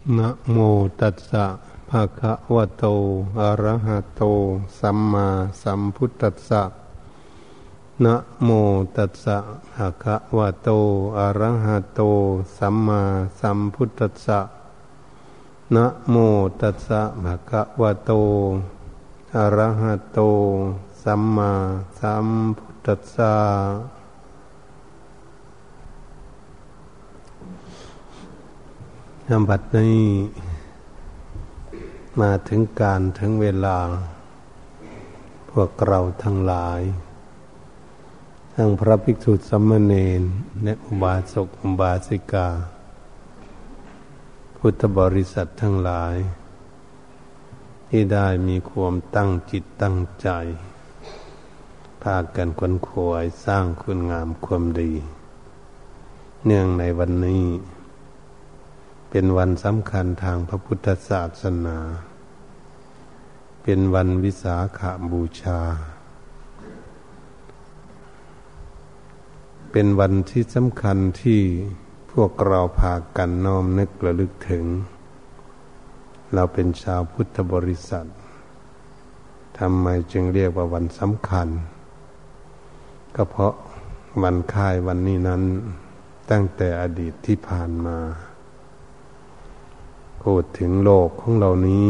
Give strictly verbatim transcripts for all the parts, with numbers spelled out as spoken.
นะโมตัสสะภะคะวะโตอะระหะโตสัมมาสัมพุทธัสสะนะโมตัสสะภะคะวะโตอะระหะโตสัมมาสัมพุทธัสสะนะโมตัสสะภะคะวะโตอะระหะโตสัมมาสัมพุทธัสสะบัดนี้มาถึงการถึงเวลาพวกเราทั้งหลายทั้งพระภิกษุสามเณรและอุบาสกอุบาสิกาพุทธบริษัททั้งหลายที่ได้มีความตั้งจิตตั้งใจพากันขวนขวายสร้างคุณงามความดีเนื่องในวันนี้เป็นวันสำคัญทางพระพุทธศาสนาเป็นวันวิสาขบูชาเป็นวันที่สำคัญที่พวกเราพากันน้อมนึกระลึกถึงเราเป็นชาวพุทธบริษัททำไมจึงเรียกว่าวันสำคัญก็เพราะวันคล้ายวันนี้นั้นตั้งแต่อดีตที่ผ่านมาพูดถึงโลกของเรานี้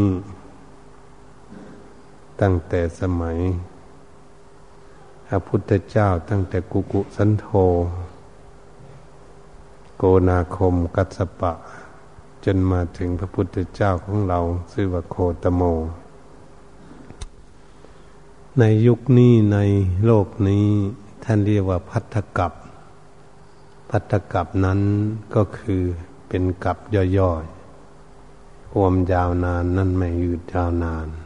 ตั้งแต่สมัยพระพุทธเจ้าตั้งแต่กุกุสันโธโกนาคมกัสสปะจนมาถึงพระพุทธเจ้าของเราชื่อว่าโคตโมในยุคนี้ในโลกนี้ท่านเรียกว่าภัททกัปภัททกัปนั้นก็คือเป็นกัปย่อยๆความยาวนานนั้นไม่ยืดยาวนาน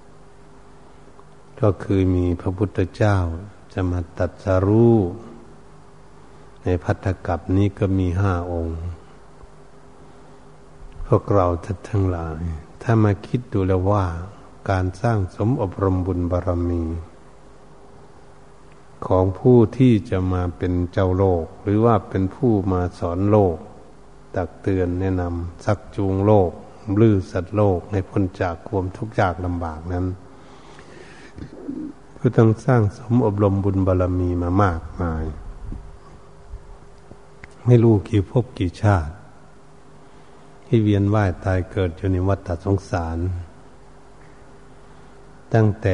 ก็คือมีพระพุทธเจ้าจะมาตรัสรู้ในภัททกัปนี้ก็มีห้าองค์พวกเราท่านทั้งหลายถ้ามาคิดดูแล้วว่าการสร้างสมอบรมบุญบารมีของผู้ที่จะมาเป็นเจ้าโลกหรือว่าเป็นผู้มาสอนโลกตักเตือนแนะนำชักจูงโลกลื้อสัตว์โลกให้พ้นจากความทุกข์ยากลำบากนั้นก็ต้องสร้างสมอบรมบุญบารมีมามากมายไม่รู้กี่ภพกี่ชาติที่เวียนว่ายตายเกิดอยู่ในวัฏสงสารตั้งแต่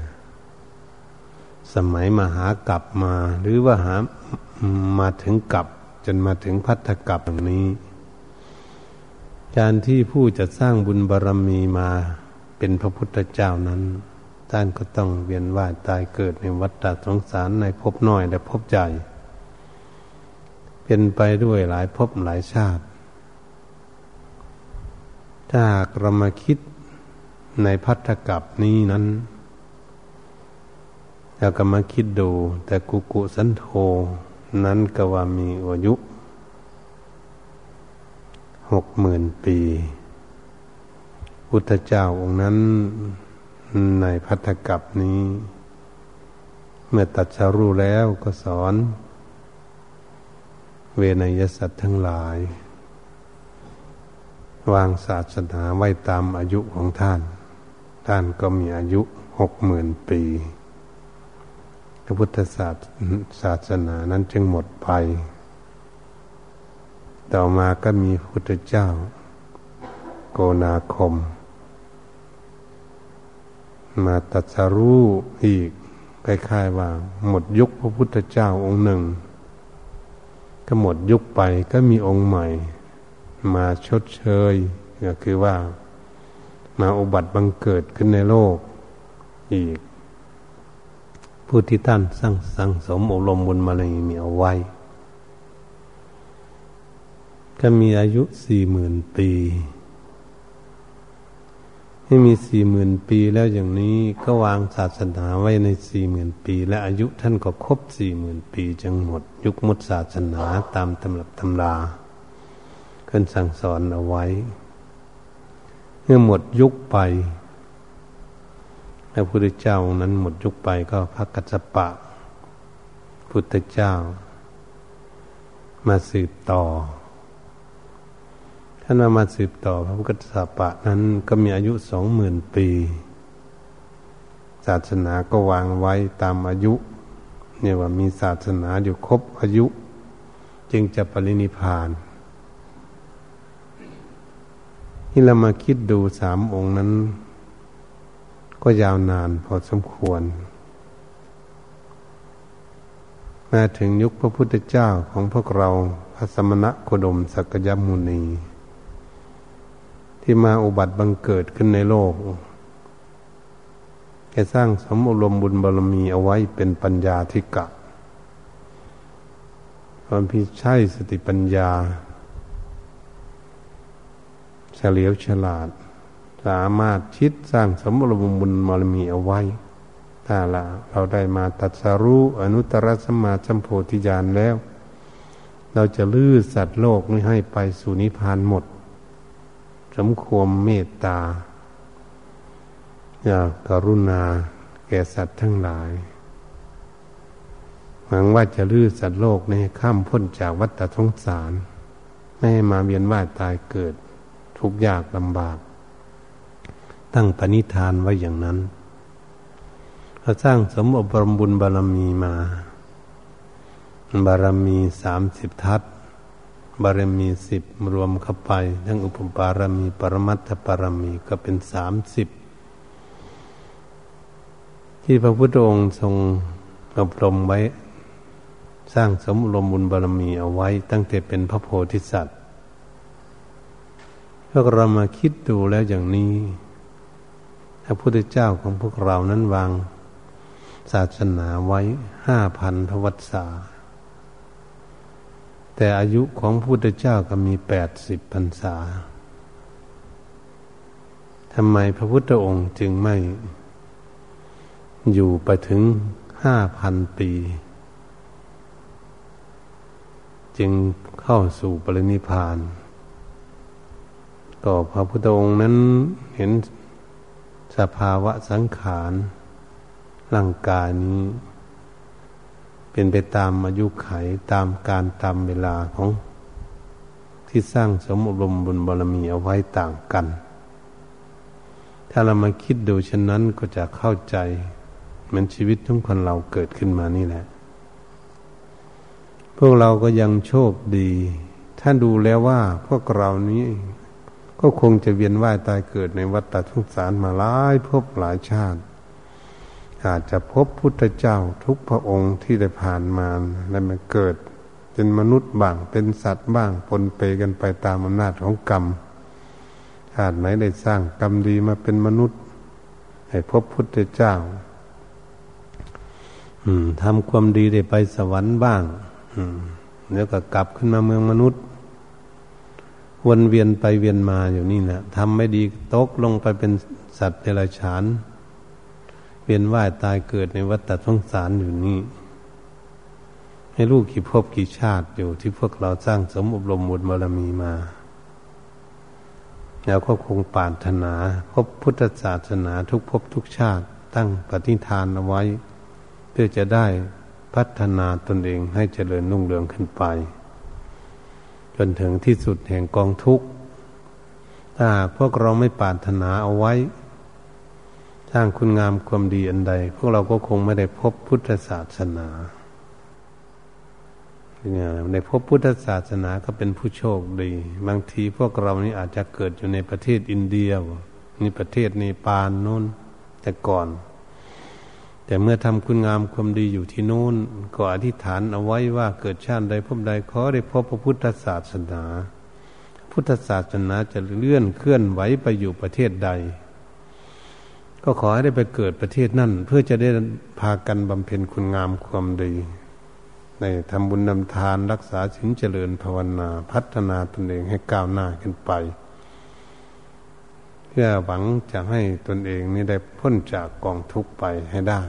สมัยมหากัปมาหรือว่าหามาถึงกัปจนมาถึงภัททกัปอย่างนี้การที่ผู้จะสร้างบุญบารมีมาเป็นพระพุทธเจ้านั้นท่านก็ต้องเวียนว่ายตายเกิดในวัฏสงสารในภพน้อยและภพใหญ่เป็นไปด้วยหลายภพหลายชาติถ้าหากเรามาคิดในภัททกัปนี้นั้นแล้วก็มาคิดดูแต่กุกุสันโธนั้นก็ว่ามีอายุหกหมื่นปีพุทธเจ้าองค์นั้นในภัททกัปนี้เมื่อตรัสรู้แล้วก็สอนเวนยสัตว์ทั้งหลายวางศาสนาไว้ตามอายุของท่านท่านก็มีอายุหกหมื่นปีพระพุทธศาสศาสนานั้นจึงหมดไปต่อมาก็มีพระพุทธเจ้าโกนาคมมาตรัสรู้อีกคล้ายๆว่าหมดยุคพระพุทธเจ้าองค์หนึ่งก็หมดยุคไปก็มีองค์ใหม่มาชดเชยก็คือว่ามาอุบัติบังเกิดขึ้นในโลกอีกผู้ที่ท่านสร้างสังสมอบรมบุญมาเลยมีเอาไว้ก็มีอายุสี่หมื่นปีให้มีสี่หมื่นปีแล้วอย่างนี้ก็วางศาสนาไว้ในสี่หมื่นปีและอายุท่านก็ครบสี่หมื่นปีจึงหมดยุคมุตศาสนาตามตำรับตำราขึ้นสั่งสอนเอาไว้เมื่อหมดยุคไปพระพุทธเจ้านั้นหมดยุคไปก็พระกัสสปะพุทธเจ้ามาสืบต่อท่านมาสืบต่อพระพุทธศาสนานั้นก็มีอายุสองหมื่นปีศาสนาก็วางไว้ตามอายุเนี่ยว่ามีศาสนาอยู่ครบอายุจึงจะปรินิพพานที่เรามาคิดดูสามองค์นั้นก็ยาวนานพอสมควรมาถึงยุคพระพุทธเจ้าของพวกเราพระสมณโคดมสักยมุนีที่มาอุบัติบังเกิดขึ้นในโลกแกสร้างสมอารมณ์บุญบารมีเอาไว้เป็นปัญญาธิกะความพิใช้สติปัญญาเฉลียวฉลาดสามารถคิดสร้างสมอารมณ์บุญบารมีเอาไว้ถ้าละเราได้มาตรัสรู้อนุตตรสัมมาสัมโพธิญาณแล้วเราจะลื้อสัตว์โลกนี้ให้ไปสู่นิพพานหมดสมควรเมตตาอยากกรุณาแก่สัตว์ทั้งหลายหวังว่าจะลื้อสัตว์โลกนี้ข้ามพ้นจากวัฏสงสารไม่ให้มาเวียนว่ายตายเกิดทุกข์ยากลำบากตั้งปณิธานไว้อย่างนั้นเราสร้างสมอบรมบุญบารมีมาบารมีสามสิบทัศบารมีสิบรวมเข้าไปทั้งอุปบารมีปรมัตถบารมีก็เป็นสามสิบที่พระพุทธองค์ทรงอบรมไว้สร้างสมอบรมบุญบารมีเอาไว้ตั้งแต่เป็นพระโพธิสัตว์พวกเรามาคิดดูแล้วอย่างนี้พระพุทธเจ้าของพวกเรานั้นวางศาสนาไว้ห้าพันพระวรรษาแต่อายุของพระพุทธเจ้าก็มีแปดสิบพรรษาทำไมพระพุทธองค์จึงไม่อยู่ไปถึงห้าพันปีจึงเข้าสู่ปรินิพพานก็พระพุทธองค์นั้นเห็นสภาวะสังขารร่างกายนี้เป็นไปตามอายุไขตามการตามเวลาของที่สร้างสมอบรมบุญบารมีเอาไว้ต่างกันถ้าเรามาคิดดูเช่นนั้นก็จะเข้าใจเหมือนชีวิตของคนเราเกิดขึ้นมานี่แหละพวกเราก็ยังโชคดีถ้าดูแล้วว่าพวกเรานี้ก็คงจะเวียนว่ายตายเกิดในวัฏสงสารมาหลายภพหลายชาติอาจจะพบพุทธเจ้าทุกพระองค์ที่ได้ผ่านมาและมาเกิดเป็นมนุษย์บ้างเป็นสัตว์บ้างปนเปกันไปตามอำนาจของกรรมชาติไหนได้สร้างกรรมดีมาเป็นมนุษย์ให้พบพุทธเจ้าอืมทำความดีได้ไปสวรรค์บ้างอืมแล้วก็กลับขึ้นมาเมืองมนุษย์วนเวียนไปเวียนมาอยู่นี่นะทำไม่ดีตกลงไปเป็นสัตว์เดรัจฉานเวียนว่ายตายเกิดในวัฏสงสารอยู่นี่ให้ลูกกี่ภพกี่ชาติอยู่ที่พวกเราสร้างสมอบรมบุญบารมีมาแล้วก็คงปรารถนาพบพุทธศาสนาทุกภพทุกชาติตั้งปฏิฐานเอาไว้เพื่อจะได้พัฒนาตนเองให้เจริญรุ่งเรืองขึ้นไปจนถึงที่สุดแห่งกองทุกข์ถ้าพวกเราไม่ปรารถนาเอาไว้สร้างคุณงามความดีอันใดพวกเราก็คงไม่ได้พบพุทธศาสนาเนี่ยในพบพุทธศาสนาก็เป็นผู้โชคดีบางทีพวกเรานี่อาจจะเกิดอยู่ในประเทศอินเดียนี่ประเทศเนปาลโน้นแต่ก่อนแต่เมื่อทำคุณงามความดีอยู่ที่โน้นก็อธิษฐานเอาไว้ว่าเกิดชาติใดพบใดขอได้พบพระพุทธศาสนาพุทธศาสนาจะเลื่อนเคลื่อนไหวไปอยู่ประเทศใดก็ขอให้ได้ไปเกิดประเทศนั่นเพื่อจะได้พากันบำเพ็ญคุณงามความดีในทำบุญนำทานรักษาศีลเจริญภาวนาพัฒนาตนเองให้ก้าวหน้าขึ้นไปเพื่อหวังจะให้ตนเองนี่ได้พ้นจากกองทุกข์ไปให้ได้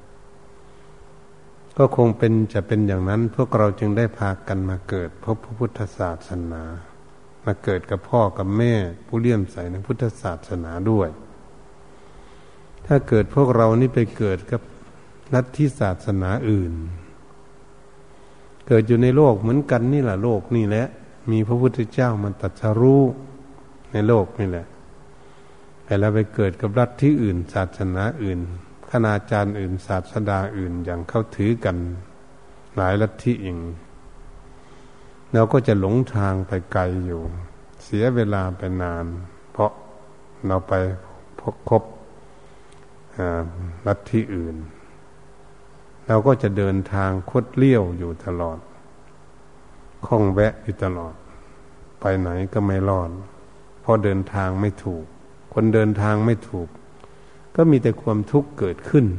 ก็คงเป็นจะเป็นอย่างนั้นพวกเราจึงได้พากันมาเกิดพบพระพุทธศาสนามาเกิดกับพ่อกับแม่ผู้เลื่อมใสในพุทธศาสนาด้วยถ้าเกิดพวกเรานี่ไปเกิดกับลัทธิศาสนาอื่นเกิดอยู่ในโลกเหมือนกันนี่แหละโลกนี่แหละมีพระพุทธเจ้ามันตรัสรู้ในโลกนี่แหละแต่เราไปเกิดกับรัฐที่อื่นศาสนาอื่นคณาจารย์อื่นศาสดาอื่นอย่างเขาถือกันหลายลัทธิอย่างเราก็จะหลงทางไปไกลอยู่เสียเวลาไปนานเพราะเราไปพบคบลัทธิอื่นเราก็จะเดินทางคดเลี้ยวอยู่ตลอดคล่องแวะอยู่ตลอดไปไหนก็ไม่รอดเพราะเดินทางไม่ถูกคนเดินทางไม่ถูกก็มีแต่ความทุกข์เกิดขึ้น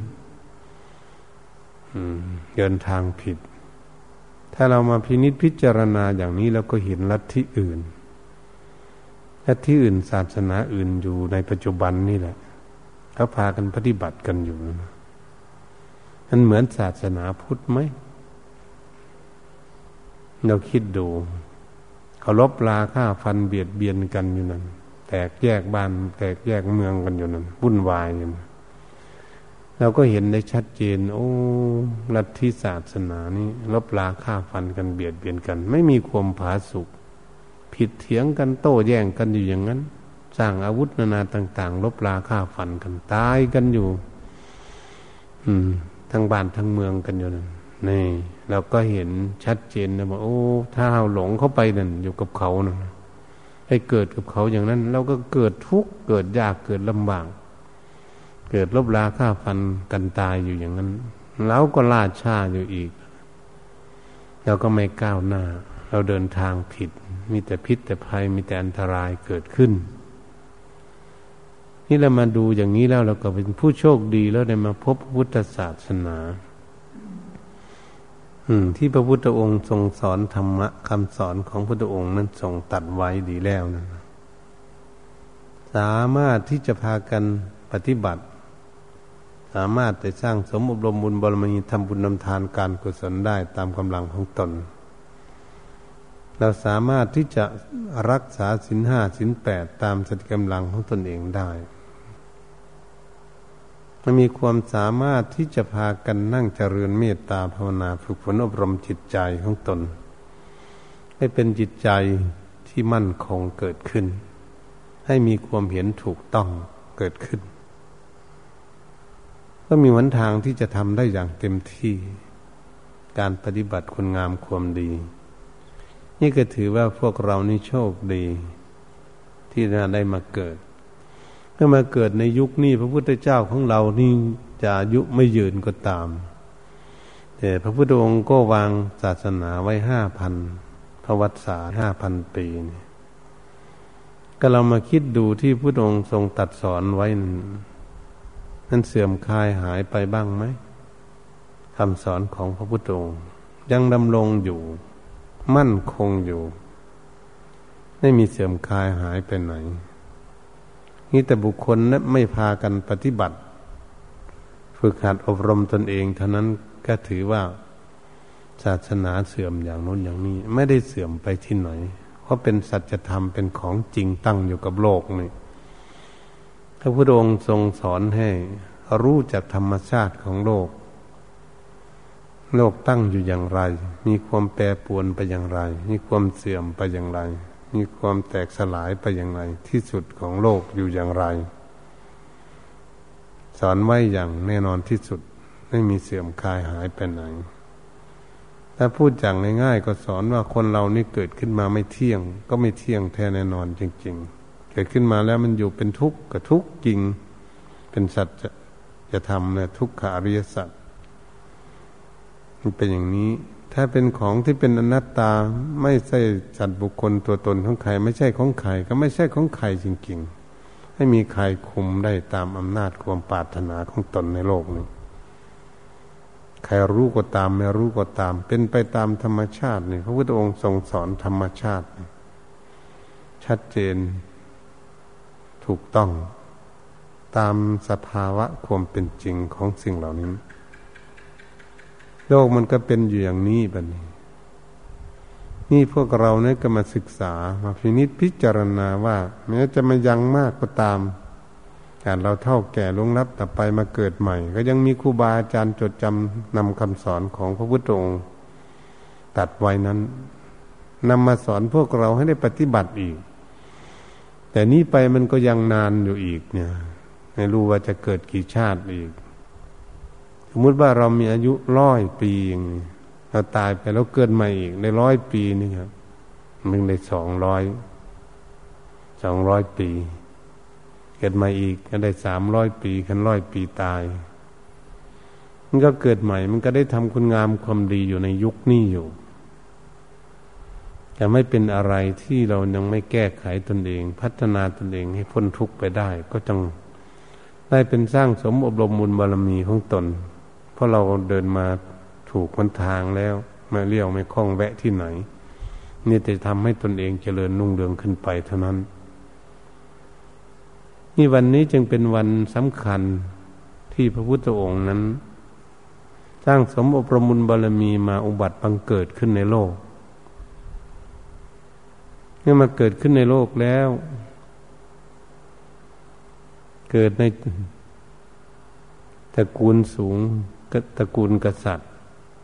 เดินทางผิดถ้าเรามาพินิจพิจารณาอย่างนี้เราก็เห็นลัทธิอื่นลัทธิอื่นศาสนาอื่นอยู่ในปัจจุบันนี่แหละเขาพากันปฏิบัติกันอยู่มันเหมือนศาสนาพุทธไหมเราคิดดูเขาลบราฆ่าฟันเบียดเบียนกันอยู่นั่นแตกแยกบ้านแตกแยกเมืองกันอยู่นั่นวุ่นวายอยู่เราก็เห็นได้ชัดเจนโอ้ลัทธิศาสนานี้ลบราฆ่าฟันกันเบียดเบียนกันไม่มีความผาสุกผิดเถียงกันโต้แย้งกันอยู่อย่างนั้นสร้างอาวุธนานาต่างๆลบราฆ่าฟันกันตายกันอยู่อืมทั้งบ้านทั้งเมืองกันอยู่นั่นนี่เราก็เห็นชัดเจนนะว่าโอ้ถ้าเราหลงเข้าไปนั่นอยู่กับเขานั่นให้เกิดกับเขาอย่างนั้นเราก็เกิดทุกข์เกิดยากเกิดลำบากเกิดลบราฆ่าฟันกันตายอยู่อย่างนั้นเราก็ล่าช้าอยู่อีกเราก็ไม่ก้าวหน้าเราเดินทางผิดมีแต่พิษแต่ภัยมีแต่อันตรายเกิดขึ้นนี่เรามาดูอย่างนี้แล้วเราก็เป็นผู้โชคดีแล้วได้มาพบพุทธศาสนาที่พระพุทธองค์ทรงสอนธรรมะคำสอนของพระพุทธองค์นั้นทรงตัดไว้ดีแล้วนะสามารถที่จะพากันปฏิบัติสามารถจะสร้างสมอบรมบุญบารมีทำบุญนำทานการกุศลได้ตามกำลังของตนเราสามารถที่จะรักษาศีลห้าศีลแปดตามสติกำลังของตนเองได้มันมีความสามารถที่จะพากันนั่งเจริญเมตตาภาวนาฝึกฝนอบรมจิตใจของตนให้เป็นจิตใจที่มั่นคงเกิดขึ้นให้มีความเห็นถูกต้องเกิดขึ้นก็มีหนทางที่จะทำได้อย่างเต็มที่การปฏิบัติคุณงามความดีนี่ก็ถือว่าพวกเรานี่โชคดีที่ได้มาเกิดเมื่อมาเกิดในยุคนี้พระพุทธเจ้าของเรานี่จะอายุไม่ยืนก็ตามแต่พระพุทธองค์ก็วางศาสนาไว้ห้าพันพระวัฏษาห้าพันปีนี่ก็เรามาคิดดูที่พระพุทธองค์ทรงตรัสสอนไว้นั้นเสื่อมคลายหายไปบ้างไหมคำสอนของพระพุทธองค์ยังดำรงอยู่มั่นคงอยู่ไม่มีเสื่อมคลายหายไปไหนนี่แต่บุคคลนั้นไม่พากันปฏิบัติฝึกหัดอบรมตนเองเท่านั้นก็ถือว่าศาสนาเสื่อมอย่างโน้นอย่างนี้ไม่ได้เสื่อมไปที่ไหนเพราะเป็นสัจธรรมเป็นของจริงตั้งอยู่กับโลกนี่พระพุทธองค์ทรงสอนให้รู้จักธรรมชาติของโลกโลกตั้งอยู่อย่างไรมีความแปรปรวนไปอย่างไรมีความเสื่อมไปอย่างไรมีความแตกสลายไปอย่างไรที่สุดของโลกอยู่อย่างไรสอนไว้อย่างแน่นอนที่สุดไม่มีเสื่อมคลายหายไปไหนถ้าพูดอย่างง่ายๆก็สอนว่าคนเรานี่เกิดขึ้นมาไม่เที่ยงก็ไม่เที่ยงแท้แน่นอนจริงๆเกิดขึ้นมาแล้วมันอยู่เป็นทุกข์กับทุกข์จริงเป็นสัจจะทำเนี่ยทุกขอริยสัจมันเป็นอย่างนี้ถ้าเป็นของที่เป็นอนัตตาไม่ใช่สัตว์บุคคลตัวตนของใครไม่ใช่ของใครก็ไม่ใช่ของใครจริงๆให้มีใครคุมได้ตามอำนาจความปรารถนาของตนในโลกนี้ใครรู้ก็ตามไม่รู้ก็ตามเป็นไปตามธรรมชาตินี่พระพุทธองค์ทรงสอนธรรมชาติชัดเจนถูกต้องตามสภาวะความเป็นจริงของสิ่งเหล่านี้โลกมันก็เป็นอยู่อย่างนี้บัดนี้นี่พวกเราเนี่ยก็มาศึกษามาพินิจพิจารณาว่าแม้จะมายังมากก็ตามการเราเฒ่าแก่ล่วงลับต่อไปมาเกิดใหม่ก็ยังมีครูบาอาจารย์จดจำนำคำสอนของพระพุทธองค์ตัดไว้นั้นนำมาสอนพวกเราให้ได้ปฏิบัติอีกแต่นี้ไปมันก็ยังนานอยู่อีกเนี่ยไม่รู้ว่าจะเกิดกี่ชาติอีกสมมุติว่าเรามีอายุร้อยปีอย่างนี้เราตายไปแล้วเกิดใหม่อีกในร้อยปีนี่ครับมันได้สองร้อยสองร้อยปีเกิดใหม่อีกก็ได้สามร้อยปีคันร้อยปีตายมันก็เกิดใหม่มันก็ได้ทำคุณงามความดีอยู่ในยุคนี้อยู่จะไม่เป็นอะไรที่เรายังไม่แก้ไขตนเองพัฒนาตนเองให้พ้นทุกข์ไปได้ก็ต้องได้เป็นสร้างสมอบรมบุญบารมีของตนเพราะเราเดินมาถูกหนทางแล้วไม่เลี้ยวไม่คล้องแวะที่ไหนนี่จะทำให้ตนเองเจริญรุ่งเรืองขึ้นไปเท่านั้นนี่วันนี้จึงเป็นวันสำคัญที่พระพุทธองค์นั้นสร้างสมอบรมบุญบารมีมาอุบัติบังเกิดขึ้นในโลกเมื่อมาเกิดขึ้นในโลกแล้วเกิดในตระกูลสูงตระกูลกษัตริย์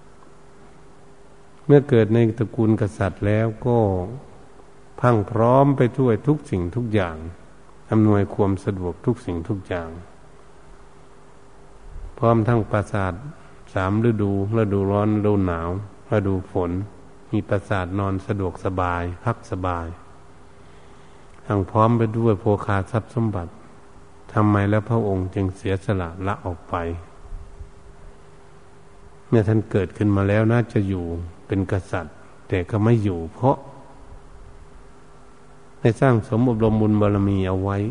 เมื่อเกิดในตระกูลกษัตริย์แล้วก็พังพร้อมไปด้วยทุกสิ่งทุกอย่างอำนวยความสะดวกทุกสิ่งทุกอย่างพร้อมทั้งปราสาทสามฤดูฤดูร้อนฤดูหนาวฤดูฝนมีปราสาทนอนสะดวกสบายพักสบายทั้งพร้อมไปด้วยโภคาทรัพย์สมบัติทำไมแล้วพระองค์จึงเสียสละละออกไปเมื่อท่านเกิดขึ้นมาแล้วน่าจะอยู่เป็นกษัตริย์แต่ก็ไม่อยู่เพราะได้สร้างสมอบรมบุญบารมีเอาไว้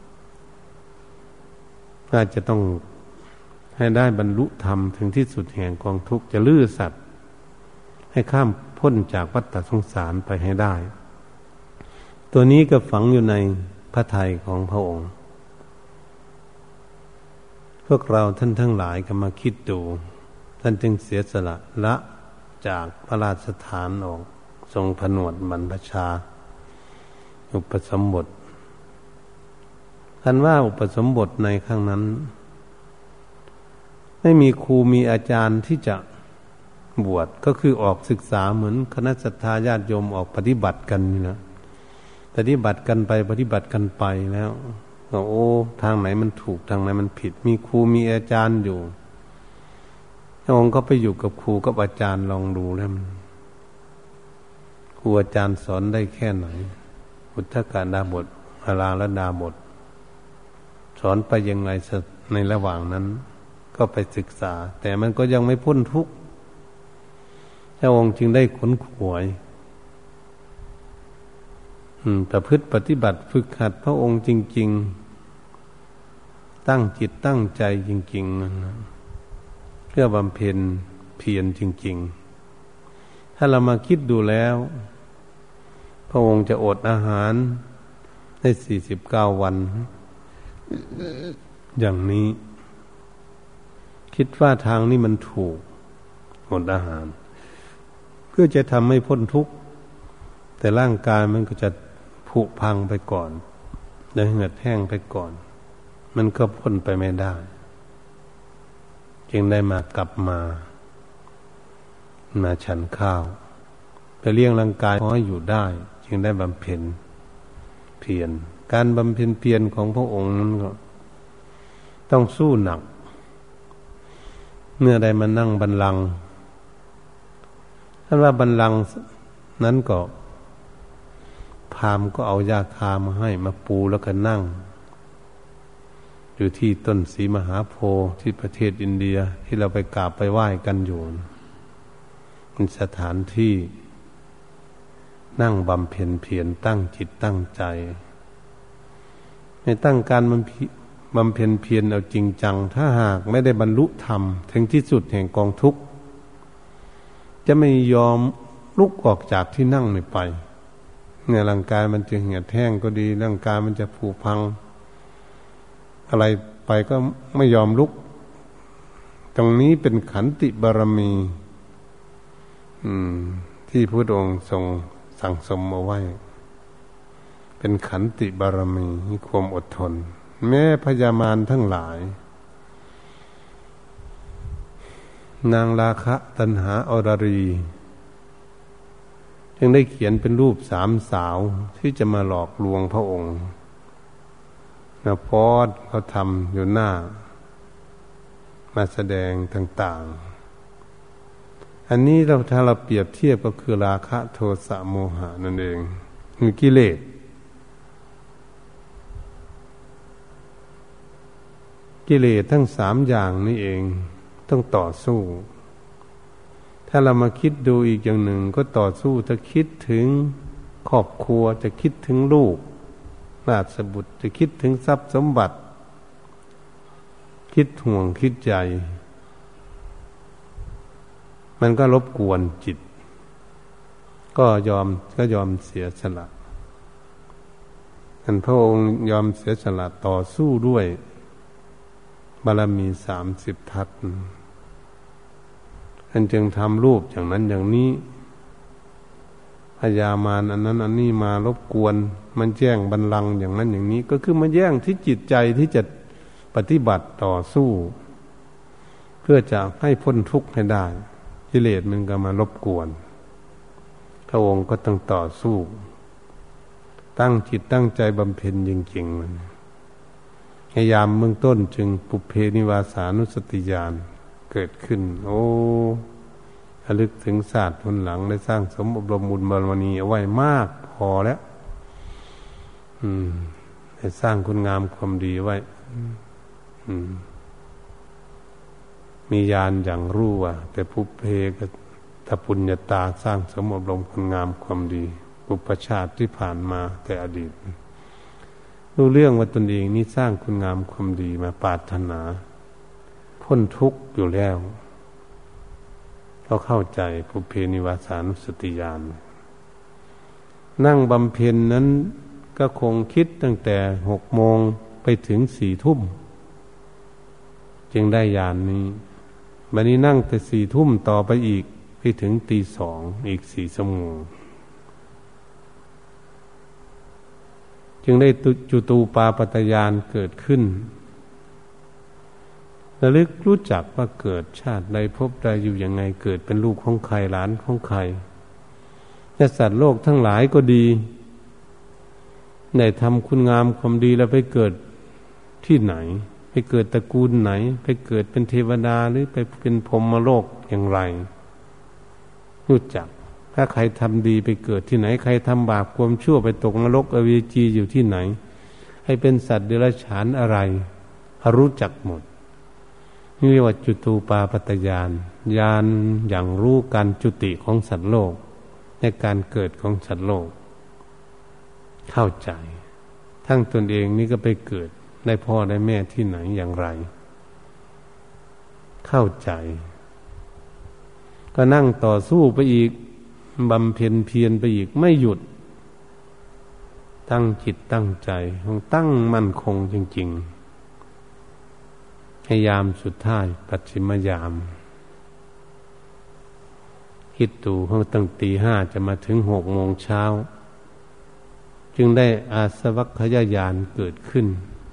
น่าจะต้องให้ได้บรรลุธรรมถึงที่สุดแห่งกองทุกข์จะลื้อสัตว์ให้ข้ามพ้นจากวัฏสงสารไปให้ได้ตัวนี้ก็ฝังอยู่ในพระทัยของพระองค์พวกเราท่านทั้งหลายก็มาคิดดูท่านจึงเสียสละละจากพระราชฐานออกทรงผนวดบรรพชาอุปสมบทท่านว่าอุปสมบทในครั้งนั้นไม่มีครูมีอาจารย์ที่จะบวชก็คือออกศึกษาเหมือนคณะศรัทธาญาติโยมออกปฏิบัติกันนี่นะปฏิบัติกันไปปฏิบัติกันไปแล้วโอ้ทางไหนมันถูกทางไหนมันผิดมีครูมีอาจารย์อยู่พระองค์ก็ไปอยู่กับครูกับอาจารย์ลองดูแล้วครูอาจารย์สอนได้แค่ไหนพุทธกาลดาบทอาราลดาบทสอนไปยังไงในระหว่างนั้นก็ไปศึกษาแต่มันก็ยังไม่พ้นทุกข์พระองค์จึงได้ขนขวยประพฤติปฏิบัติฝึกหัดพระองค์จริงๆตั้งจิตตั้งใจจริงๆเพื่อบำเพ็ญเพียรจริงๆถ้าเรามาคิดดูแล้วพระองค์จะอดอาหารได้สี่สิบเก้าวันอย่างนี้คิดว่าทางนี้มันถูกอดอาหารเพื่อจะทำให้พ้นทุกข์แต่ร่างกายมันก็จะผุพังไปก่อนเหือดแห้งไปก่อนมันก็พ้นไปไม่ได้จึงได้มากลับมามาฉันข้าวไปเลี้ยงร่างกายพอให้อยู่ได้จึงได้บำเพ็ญเพียรการบำเพ็ญเพียรของพระองค์นั้นก็ต้องสู้หนักเมื่อได้มานั่งบัลลังก์ท่านว่าบัลลังก์นั้นก็พราหมณ์ก็เอายาคามาให้มาปูแล้วก็นั่งอยู่ที่ต้นศรีมหาโพธิ์ที่ประเทศอินเดียที่เราไปกราบไปไหว้กันอยู่เป็นสถานที่นั่งบำเพ็ญเพียรตั้งจิตตั้งใจในตั้งการบำเพ็ญเพียรเอาจริงจังถ้าหากไม่ได้บรรลุธรรมถึงที่สุดแห่งกองทุกข์จะไม่ยอมลุกออกจากที่นั่งไม่ไปเนี่ยร่างกายมันจะเหี่ยวแห้งก็ดีร่างกายมันจะผุพังอะไรไปก็ไม่ยอมลุกตรงนี้เป็นขันติบารมีที่พระองค์ทรงสั่งสมเอาไว้เป็นขันติบารมีมีความอดทนแม้พญามารทั้งหลายนางราคะตัณหาอรรีจึงได้เขียนเป็นรูปสามสาวที่จะมาหลอกลวงพระองค์นะพอดเขาทำอยู่หน้ามาแสดงต่างๆอันนี้เราถ้าเราเปรียบเทียบก็คือราคะโทสะโมหะนั่นเองมีกิเลสกิเลสทั้งสามอย่างนี่เองต้องต่อสู้ถ้าเรามาคิดดูอีกอย่างหนึ่งก็ต่อสู้จะคิดถึงครอบครัวจะคิดถึงลูกราชบุตรจะคิดถึงทรัพย์สมบัติคิดห่วงคิดใจมันก็รบกวนจิตก็ยอมก็ยอมเสียสละท่านพระองค์ยอมเสียสละต่อสู้ด้วยบารมีสามสิบทัศน์ท่านจึงทำรูปอย่างนั้นอย่างนี้พญามารอันนั้นอันนี้มารบกวนมันแย่งบัลลังก์อย่างนั้นอย่างนี้ก็คือมันแย่งที่จิตใจที่จะปฏิบัติต่อสู้เพื่อจะให้พ้นทุกข์ให้ได้กิเลสมันก็มารบกวนพระองค์ก็ต้องต่อสู้ตั้งจิตตั้งใจบำเพ็ญจริงๆมันพยายามเบื้องต้นจึงปุพเพนิวาสานุสติญาณเกิดขึ้นโอ้ระลึกถึงศาสตร์ผลหลังได้สร้างสมอบรมบุญบารมีเอาไว้มากพอแล้วอืมได้สร้างคุณงามความดีไว้อืมมีญาณอย่างรู้ว่าแต่ปุพเพก็ถ้าปุญญาตาสร้างสมอบรมคุณงามความดีปุพชาติที่ผ่านมาแต่อดีตรู้เรื่องว่าตนเองนี่สร้างคุณงามความดีมาปรารถนาพ้นทุกข์อยู่แล้วเราเข้าใจปุพเพนิวาสานุสติญาณนั่งบำเพ็ญนั้นก็คงคิดตั้งแต่หกโมงไปถึงสี่ทุ่มจึงได้ญาณนี้บัดนี้นั่งแต่สี่ทุ่มต่อไปอีกไปถึงตีสองอีกสี่ชั่วโมงจึงได้จุตูปาปัฏฐญาณเกิดขึ้นระลึกรู้จักว่าเกิดชาติใดพบใดอยู่ยังไงเกิดเป็นลูกของใครหลานของใครและสัตว์โลกทั้งหลายก็ดีได้ทำคุณงามความดีแล้วไปเกิดที่ไหนไปเกิดตระกูลไหนไปเกิดเป็นเทวดาหรือไปเป็นพรหมโลกอย่างไรรู้จักถ้าใครทำดีไปเกิดที่ไหนใครทำบาปความชั่วไปตกนรกอเวจีอยู่ที่ไหนให้เป็นสัตว์เดรัจฉานอะไรรู้จักหมดนี่เรียกว่าจุตูปาปัฏฐญาณญาณอย่างรู้การจุติของสัตว์โลกในการเกิดของสัตว์โลกเข้าใจทั้งตนเองนี่ก็ไปเกิดได้พ่อได้แม่ที่ไหนอย่างไรเข้าใจก็นั่งต่อสู้ไปอีกบำเพ็ญเพียรไปอีกไม่หยุดตั้งจิตตั้งใจต้องตั้งมั่นคงจริงๆให้ยามสุดท้ายปัจฉิมยามคิดดูเขาตั้งตีห้าจะมาถึงหกโมงเช้าจึงได้อาสวัคคยญาณเกิดขึ้น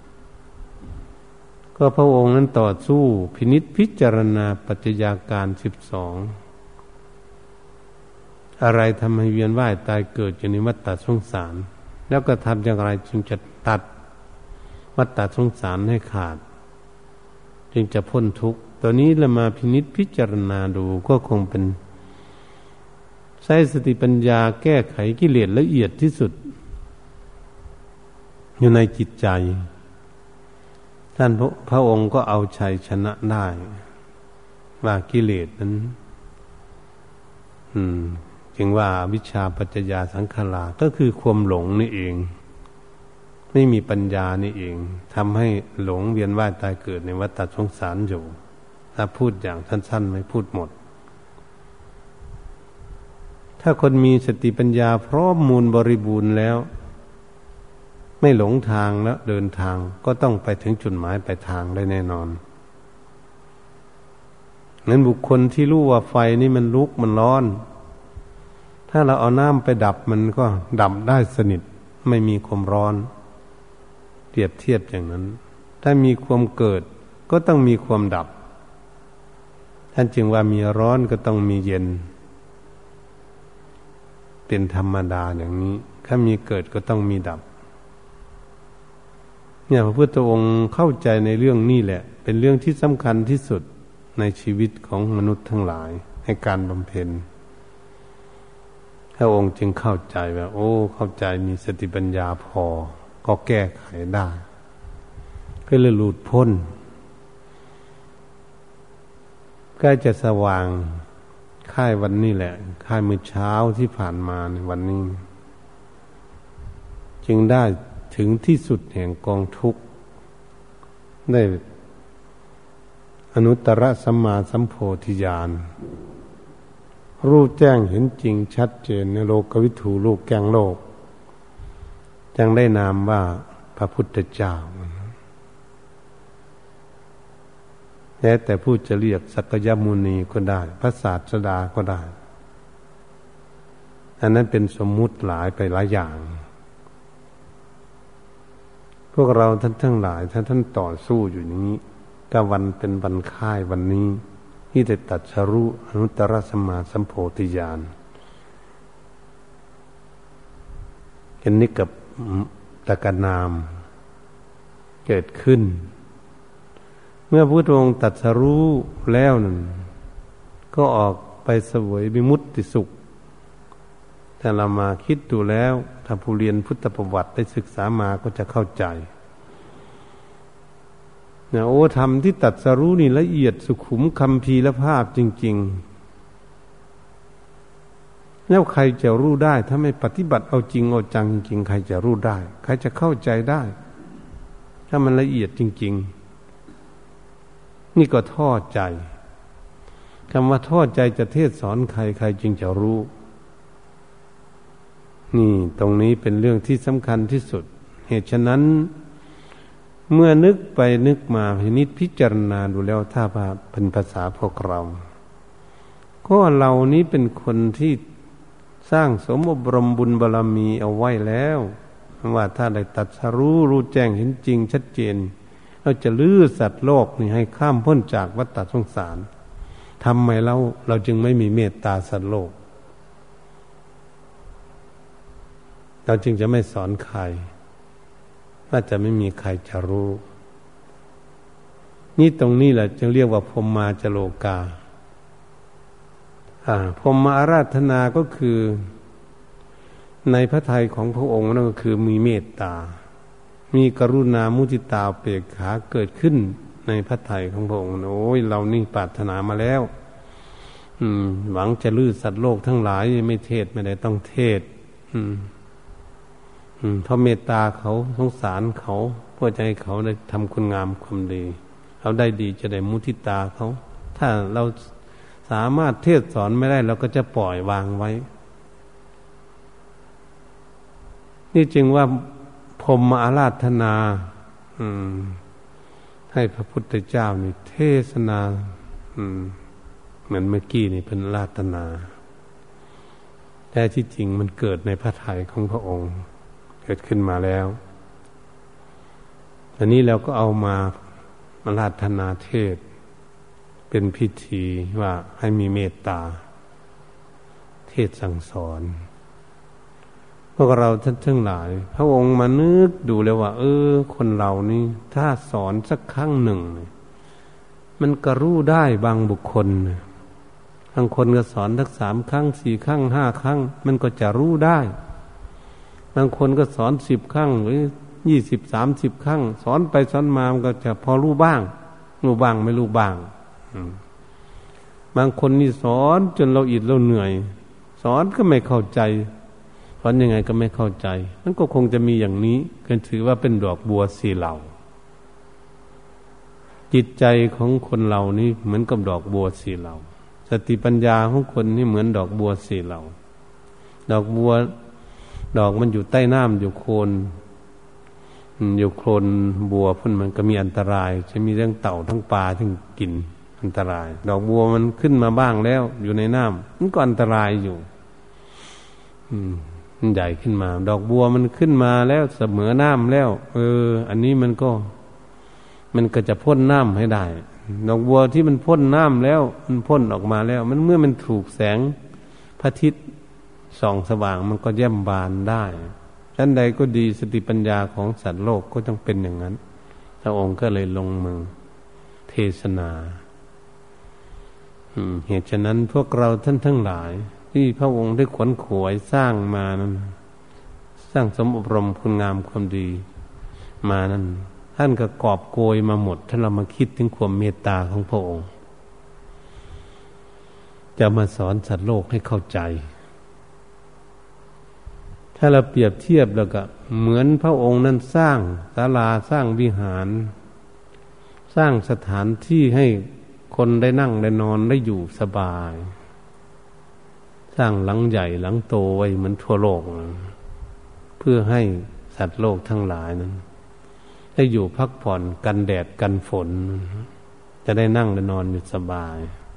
ก็พระองค์นั้นต่อสู้พินิจพิจารณาปัจจัยการสิบสองอะไรทำให้เวียนว่ายตายเกิดอยู่ในวัฏฏะสงสารแล้วก็ทำอย่างไรจึงจะตัดวัฏฏะสงสารให้ขาดจึงจะพ้นทุกข์ตัวนี้เรามาพินิจพิจารณาดูก็คงเป็นใช้สติปัญญาแก้ไขกิเลสละเอียดที่สุดอยู่ในจิตใจท่านพระองค์ก็เอาชัยชนะได้ว่ากิเลสนั้นอืมจึงว่าวิชชาปัจจยาสังขาราก็คือความหลงนี่เองไม่มีปัญญานี่เองทำให้หลงเวียนว่ายตายเกิดในวัฏฏะสงสารอยู่ถ้าพูดอย่างสั้นๆไม่พูดหมดถ้าคนมีสติปัญญาพร้อมมูลบริบูรณ์แล้วไม่หลงทางแล้วเดินทางก็ต้องไปถึงจุดหมายปลายทางได้แน่นอนนั้นบุคคลที่รู้ว่าไฟนี่มันลุกมันร้อนถ้าเราเอาน้ำไปดับมันก็ดับได้สนิทไม่มีความร้อนเปรียบเทียบอย่างนั้นถ้ามีความเกิดก็ต้องมีความดับท่านจึงว่ามีร้อนก็ต้องมีเย็นเป็นธรรมดาอย่างนี้ถ้ามีเกิดก็ต้องมีดับเนี่ยพระพุทธองค์เข้าใจในเรื่องนี้แหละเป็นเรื่องที่สำคัญที่สุดในชีวิตของมนุษย์ทั้งหลายในการบำเพ็ญพระองค์จึงเข้าใจว่าโอ้เข้าใจมีสติปัญญาพอก็แก้ไขได้ก็เลยหลุดพ้นใกล้จะสว่างค่ายวันนี้แหละค่ายมื้อเช้าที่ผ่านมาในวันนี้จึงได้ถึงที่สุดแห่งกองทุกข์ได้อนุตตรสัมมาสัมโพธิญาณรู้แจ้งเห็นจริงชัดเจนในโลกวิถูโลกแกงโลกจึงได้นามว่าพระพุทธเจ้าแล้วแต่ผู้จะเรียกสักยมุนีก็ได้พระศาสดาก็ได้อันนั้นเป็นสมมุติหลายไปหลายอย่างพวกเราท่านทั้งหลายท่านท่านต่อสู้อยู่อย่างนี้ก็วันเป็นวันค่ายวันนี้ที่ได้ตรัสรู้อนุตตรสัมมาสัมโพธิญาณเห็นนี้กับตะกนามเกิดขึ้นเมื่อพระพุทธองค์ตรัสรู้แล้วนั่นก็ออกไปเสวยวิมุตติสุขแต่เรามาคิดดูแล้วถ้าผู้เรียนพุทธประวัติได้ศึกษามาก็จะเข้าใจนะโอ้ธรรมที่ตรัสรู้นี่ละเอียดสุขุมคัมภีรภาพจริงๆแล้วใครจะรู้ได้ถ้าไม่ปฏิบัติเอาจริงเอาจังจริงๆใครจะรู้ได้ใครจะเข้าใจได้ถ้ามันละเอียดจริงๆนี่ก็ท้อใจคำว่าท้อใจจะเทศสอนใครใครจึงจะรู้นี่ตรงนี้เป็นเรื่องที่สำคัญที่สุดเหตุฉะนั้นเมื่อนึกไปนึกมาพินิจพิจารณาดูแล้วถ้าเป็นภาษาพวกเราก็เรานี้เป็นคนที่สร้างสมอบรมบุญบารมีเอาไว้แล้วว่าถ้าได้ตรัสรู้รู้แจ้งเห็นจริงชัดเจนเราจะลื้อสัตว์โลกนี่ให้ข้ามพ้นจากวัฏฏะสงสารทำไมเราเราจึงไม่มีเมตตาสัตว์โลกเราจึงจะไม่สอนใครว่าจะไม่มีใครจะรู้นี่ตรงนี้แหละจึงเรียกว่าพรหมาจโลกาอ่าพรหมาอาราธนาก็คือในพระทัยของพระองค์นั่นก็คือมีเมตตามีกรุณามุทิตาเปกขาเกิดขึ้นในพระทัยของพระองค์โอ้ยเรานี่ปรารถนามาแล้วอืมหวังจะลื้อสัตว์โลกทั้งหลายไม่เทศไม่ได้ต้องเทศอืมอืมเพราะเมตตาเขาสงสารเขาเพื่อจะให้เขาได้ทำคุณงามความดีเขาได้ดีจะได้มุทิตาเขาถ้าเราสามารถเทศสอนไม่ได้เราก็จะปล่อยวางไว้นี่จึงว่าพรหมอาราธนาอืมให้พระพุทธเจ้านี่เทศนาอืมเหมือนเมื่อกี้นี่เป็นอาราธนาแต่ที่จริงมันเกิดในพระทัยของพระองค์เกิดขึ้นมาแล้วอันนี้เราก็เอามาอาราธนาเทศเป็นพิธีว่าให้มีเมตตาเทศสั่งสอนพวกเราท่านทั้งหลายพระองค์มานึกดูแล้วว่าเออคนเรานี่ถ้าสอนสักครั้งหนึ่งมันก็รู้ได้บางบุคคลบางคนก็สอนสักสามครั้งสี่ครั้งห้าครั้งมันก็จะรู้ได้บางคนก็สอนสิบครั้งหรือยี่สิบสามสิบครั้งสอนไปสอนมามันก็จะพอรู้บ้างรู้บ้างไม่รู้บ้างบางคนนี่สอนจนเราอิดเราเหนื่อยสอนก็ไม่เข้าใจสอนยังไงก็ไม่เข้าใจมันก็คงจะมีอย่างนี้ก็ถือว่าเป็นดอกบัวสีเหล่าจิตใจของคนเรานี่เหมือนกับดอกบัวสีเหล่าสติปัญญาของคนนี่เหมือนดอกบัวสีเหล่าดอกบัวดอกมันอยู่ใต้น้ำอยู่โคนอยู่โคลนบัวพุ่นมันก็มีอันตรายจะมีเรื่องเต่าทั้งปลาทั้งกินอันตรายดอกบัวมันขึ้นมาบ้างแล้วอยู่ในน้ำมันก็อันตรายอยู่อืมมันใหญ่ขึ้นมาดอกบัวมันขึ้นมาแล้วเสมอน้ำแล้วเอออันนี้มันก็มันก็จะพ่นน้ำให้ได้ดอกบัวที่มันพ่นน้ำแล้วมันพ่นออกมาแล้วมันเมื่อมันถูกแสงพระอาทิตย์ส่องสว่างมันก็แย้มบานได้ชั้นใดก็ดีสติปัญญาของสัตว์โลกก็ต้องเป็นอย่างนั้นพระองค์ก็เลยลงมือเทศนาเหตุฉะนั้นพวกเราท่านทั้งหลายที่พระองค์ได้ขวนขวายสร้างมานั้นสร้างสมอบรมคุณงามความดีมานั้นท่านก็กอบโกยมาหมดถ้าเรามาคิดถึงความเมตตาของพระองค์จะมาสอนสัตว์โลกให้เข้าใจถ้าเราเปรียบเทียบแล้วก็เหมือนพระองค์นั้นสร้างศาลาสร้างวิหารสร้างสถานที่ให้คนได้นั่งได้นอนได้อยู่สบายสร้างหลังใหญ่หลังโตไว้เหมือนทั่วโลกเพื่อให้สัตว์โลกทั้งหลายนั้นได้อยู่พักผ่อนกันแดดกันฝนจะได้นั่งได้นอนอยู่สบาย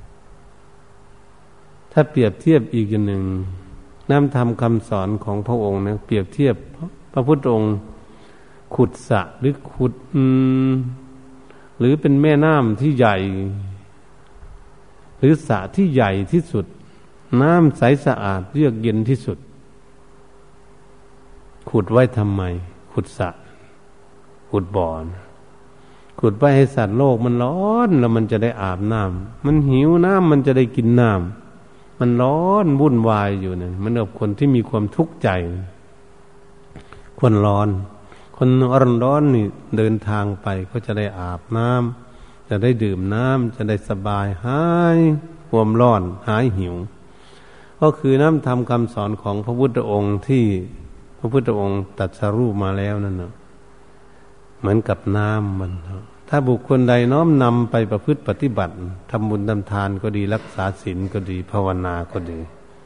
ถ้าเปรียบเทียบอีกอย่างหนึ่งน้ำธรรมคำสอนของพระองค์นะเปรียบเทียบพระพุทธองค์ขุดสระหรือขุดอืมหรือเป็นแม่น้ำที่ใหญ่หรือสระที่ใหญ่ที่สุดน้ำใสสะอาดเยือกเย็นที่สุดขุดไว้ทำไมขุดสระขุดบ่อขุดไว้ให้สัตว์โลกมันร้อนแล้วมันจะได้อาบน้ำมันหิวน้ำมันจะได้กินน้ำมันร้อนวุ่นวายอยู่เนี่ยมันกับคนที่มีความทุกข์ใจคนร้อนคนร้อนร้อนนี่เดินทางไปก็จะได้อาบน้ำจะได้ดื่มน้ำจะได้สบายหายความร้อนหายหิวก็คือน้ำธรรมคำสอนของพระพุทธองค์ที่พระพุทธองค์ตรัสรู้มาแล้วนั่นนะเหมือนกับน้ำมันถ้าบุคคลใดน้อมนำไปประพฤติปฏิบัติทำบุญทำทานก็ดีรักษาศีลก็ดีภาวนาก็ดี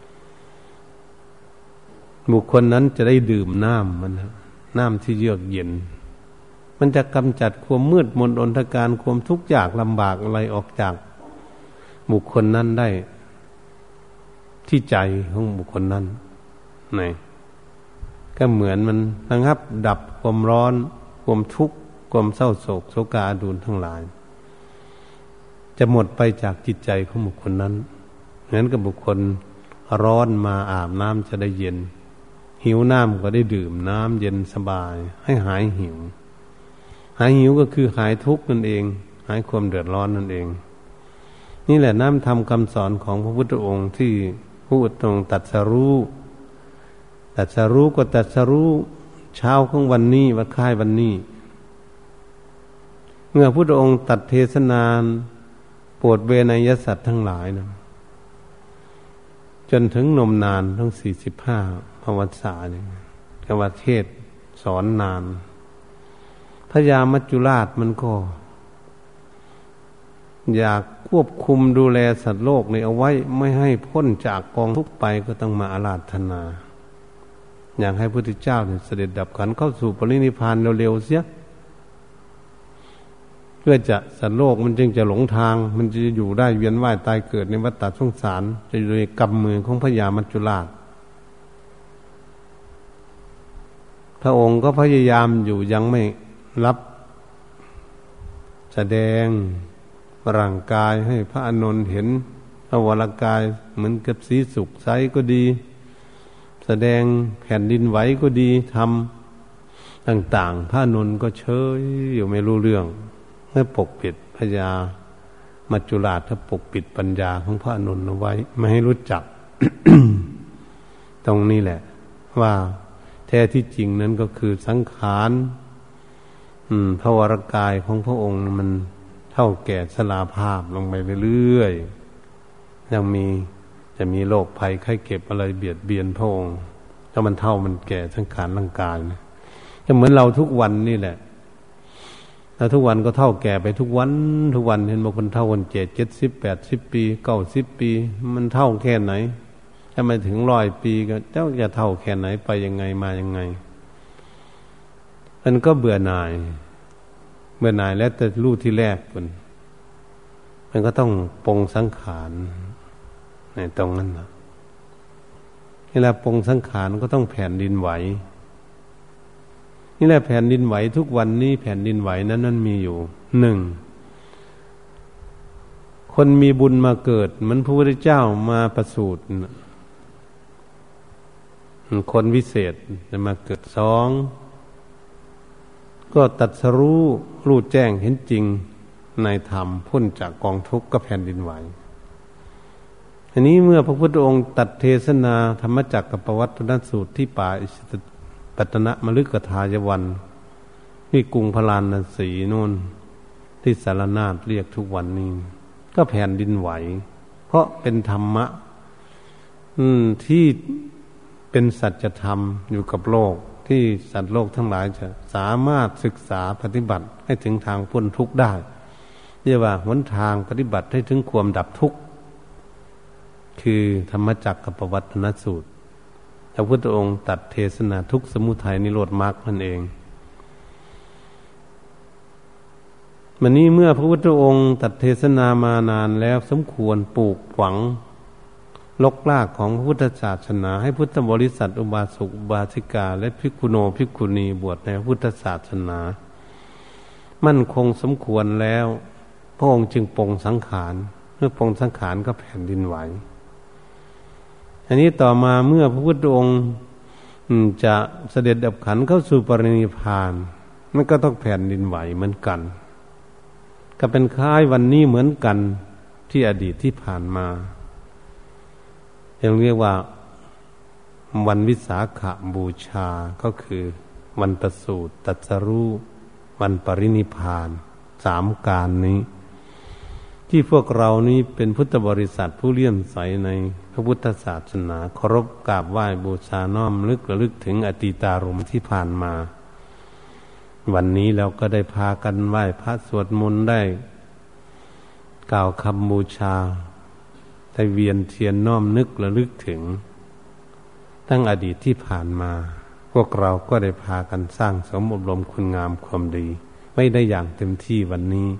บุคคลนั้นจะได้ดื่มน้ำมันน้ำที่เยือกเย็นมันจะกำจัดความมืดมนอนทการความทุกข์ยากลำบากอะไรออกจากบุคคลนั้นได้ที่ใจของบุคคลนั้นไหนก็เหมือนมันระงับดับความร้อนความทุกข์ความเศร้าโศกโศกาอาดูลทั้งหลายจะหมดไปจากจิตใจของบุคคลนั้นเหมือนกับบุคคลร้อนมาอาบน้ำจะได้เย็นหิวน้ำก็ได้ดื่มน้ำเย็นสบายให้หายหิวหายหิวก็คือหายทุกข์นั่นเองหายความเดือดร้อนนั่นเองนี่แหละน้ำธรรมคำสอนของพระพุทธองค์ที่พูดตรงตรัสรู้ตรัสรู้ก็ตรัสรู้เช้าของวันนี้วันคล้ายวันนี้เมื่อพระพุทธองค์ตรัสเทศนาโปรดเวนยสัตว์ทั้งหลายนะจนถึงนมนานทั้งสี่สิบห้าพรรษาเนี่ยกวาเทศสอนนานพญามัจจุราชมันก็อยากควบคุมดูแลสัตว์โลกนี่เอาไว้ไม่ให้พ้นจากกองทุกข์ไปก็ต้องมาอาราธนาอยากให้พระพุทธเจ้าเนี่ยเสด็จดับขันธ์เข้าสู่ปรินิพพานเร็วๆเสียเพื่อจะสัตว์โลกมันจึงจะหลงทางมันจะอยู่ได้เวียนว่ายตายเกิดในวัฏฏะสงสารจะอยู่ในกำมือของพญามัจจุราชพระองค์ก็พยายามอยู่ยังไม่รับแสดงร่างกายให้พระอานนท์เห็นพระวรกายเหมือนกับสีสุกใสก็ดีแสดงแผ่นดินไหวก็ดีทำต่างๆพระอานนท์ก็เฉยอยู่ไม่รู้เรื่องเมื่อปกปิดพญามัจจุราชถ้าปกปิดปัญญาของพระอานนท์เอาไว้ไม่ให้รู้จัก ตรงนี้แหละว่าแท้ที่จริงนั้นก็คือสังขารพระวรกายของพระองค์มันเท่าแก่ชราภาพลงไปเรื่อยๆยังมีจะมีโรคภัยไข้เจ็บอะไรเบียดเบียนพระองค์ถ้ามันเท่ามันแก่สังขารร่างกายนะก็เหมือนเราทุกวันนี่แหละแล้วทุกวันก็เท่าแก่ไปทุกวันทุกวันเห็นบางคนเท่าคนเจ็ดเจ็ดสิบแปดสิบปีเก้าสิบปีมันเท่าแค่ไหนถ้ามาถึงร้อยปีก็เจ้าจะเท่าแค่ไหนไปยังไงมายังไงมันก็เบื่อหน่ายเบื่อหน่ายแล้วแต่รู้ที่แรกคนมันก็ต้องปรงสังขารในตรงนั้นนะเวลาปรงสังขารก็ต้องแผ่นดินไหวนี่แหละแผ่นดินไหวทุกวันนี้แผ่นดินไหวนั้นนั้นมีอยู่หนึ่งคนมีบุญมาเกิดเหมือนพระพุทธเจ้ามาประสูติคนวิเศษจะมาเกิดสองก็ตรัสรู้รู้แจ้งเห็นจริงในธรรมพ้นจากกองทุกข์ก็แผ่นดินไหวอันนี้เมื่อพระพุทธองค์ตรัสเทศนาธรรมจักรกับปวัตตนสูตรที่ป่าอิสิปตนะมฤคทายวันที่กรุงพาราณสีนู่นที่สารนาถเรียกทุกวันนี้ก็แผ่นดินไหวเพราะเป็นธรรมะที่เป็นสัจธรรมอยู่กับโลกที่สัตว์โลกทั้งหลายจะสามารถศึกษาปฏิบัติให้ถึงทางพ้นทุกข์ได้เรียกว่าหนทางปฏิบัติให้ถึงความดับทุกข์คือธรรมจักรกับปวัตตนสูตรพระพุทธองค์ตรัสเทศนาทุกข์สมุทัยนิโรธมรรคนั่นเองวันนี้เมื่อพระพุทธองค์ตรัสเทศนามานานแล้วสมควรปลูกฝังลกลากของพระพุทธศาสนาให้พุทธบริษัทอุบาสกอุบาสิกาและภิกขุโนภิกขุณีบวชในพระพุทธศาสนามั่นคงสมควรแล้วพระองค์จึงปรงสังขารเมื่อปรงสังขารก็แผ่นดินไหวอันนี้ต่อมาเมื่อพระพุทธองค์จะเสด็จดับขันธ์เข้าสู่ปรินิพพานมันก็ต้องแผ่นดินไหวเหมือนกันก็เป็นคล้ายวันนี้เหมือนกันที่อดีตที่ผ่านมายังเรียกว่าวันวิสาขบูชาก็คือวันประสูติตรัสรู้วันปรินิพพานสามการนี้ที่พวกเรานี้เป็นพุทธบริษัทผู้เลื่อมใสในพระพุทธศาสนาเคารพกราบไหว้บูชาน้อมลึกระลึกถึงอดีตารมณ์ที่ผ่านมาวันนี้เราก็ได้พากันไหว้พระสวดมนต์ได้กล่าวคำบูชาได้เวียนเทียนน้อมนึกระลึกถึงตั้งอดีตที่ผ่านมาพวกเราก็ได้พากันสร้างสมอบรมคุณงามความดีไว้ได้อย่างเต็มที่วันนี้